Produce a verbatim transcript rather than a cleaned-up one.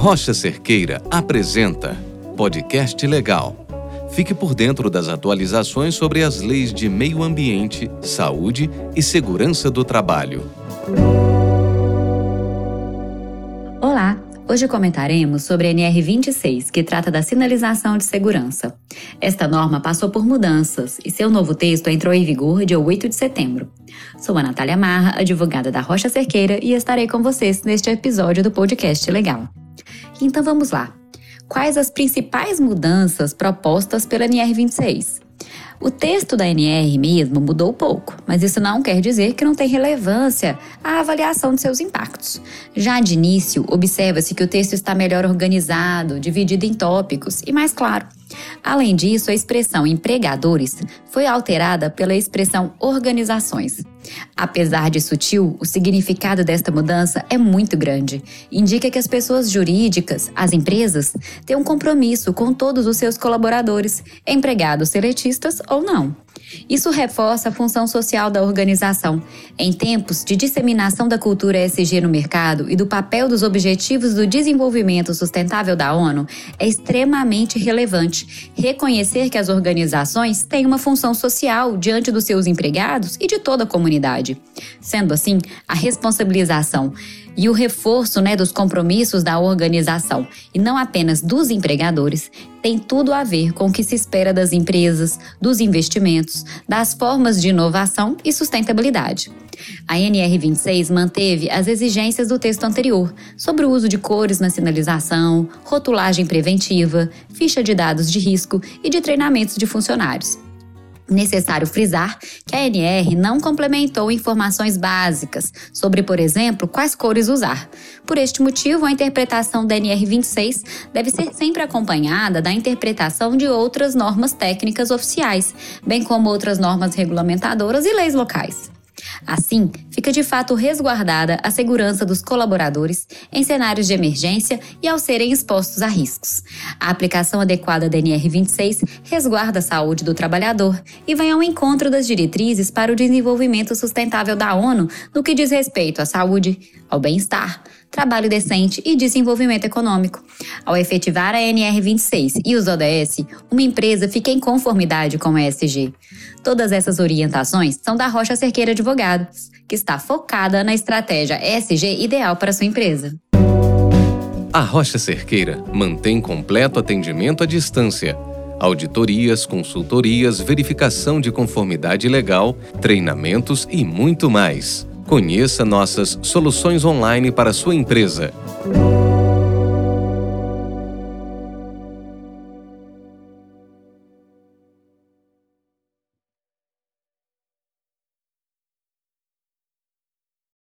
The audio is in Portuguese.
Rocha Cerqueira apresenta Podcast Legal. Fique por dentro das atualizações sobre as leis de meio ambiente, saúde e segurança do trabalho. Olá! Hoje comentaremos sobre a N R vinte e seis, que trata da sinalização de segurança. Esta norma passou por mudanças e seu novo texto entrou em vigor dia oito de setembro. Sou a Natália Marra, advogada da Rocha Cerqueira, e estarei com vocês neste episódio do Podcast Legal. Então vamos lá. Quais as principais mudanças propostas pela N R vinte e seis? O texto da N R mesmo mudou pouco, mas isso não quer dizer que não tem relevância a avaliação de seus impactos. Já de início, observa-se que o texto está melhor organizado, dividido em tópicos e mais claro. Além disso, a expressão empregadores foi alterada pela expressão organizações. Apesar de sutil, o significado desta mudança é muito grande. Indica que as pessoas jurídicas, as empresas, têm um compromisso com todos os seus colaboradores, empregados seletistas ou não. Isso reforça a função social da organização. Em tempos de disseminação da cultura E S G no mercado e do papel dos Objetivos do Desenvolvimento Sustentável da ONU, é extremamente relevante reconhecer que as organizações têm uma função social diante dos seus empregados e de toda a comunidade. Sendo assim, a responsabilização e o reforço né, dos compromissos da organização, e não apenas dos empregadores, tem tudo a ver com o que se espera das empresas, dos investimentos, das formas de inovação e sustentabilidade. A N R vinte e seis manteve as exigências do texto anterior sobre o uso de cores na sinalização, rotulagem preventiva, ficha de dados de risco e de treinamentos de funcionários. Necessário frisar que a N R não complementou informações básicas sobre, por exemplo, quais cores usar. Por este motivo, a interpretação da N R vinte e seis deve ser sempre acompanhada da interpretação de outras normas técnicas oficiais, bem como outras normas regulamentadoras e leis locais. Assim, fica de fato resguardada a segurança dos colaboradores em cenários de emergência e ao serem expostos a riscos. A aplicação adequada da N R vinte e seis resguarda a saúde do trabalhador e vem ao encontro das diretrizes para o desenvolvimento sustentável da ONU no que diz respeito à saúde, ao bem-estar, trabalho decente e desenvolvimento econômico. Ao efetivar a N R vinte e seis e os O D S, uma empresa fica em conformidade com o E S G. Todas essas orientações são da Rocha Cerqueira Advogados, que está focada na estratégia E S G ideal para sua empresa. A Rocha Cerqueira mantém completo atendimento à distância. Auditorias, consultorias, verificação de conformidade legal, treinamentos e muito mais. Conheça nossas soluções online para sua empresa.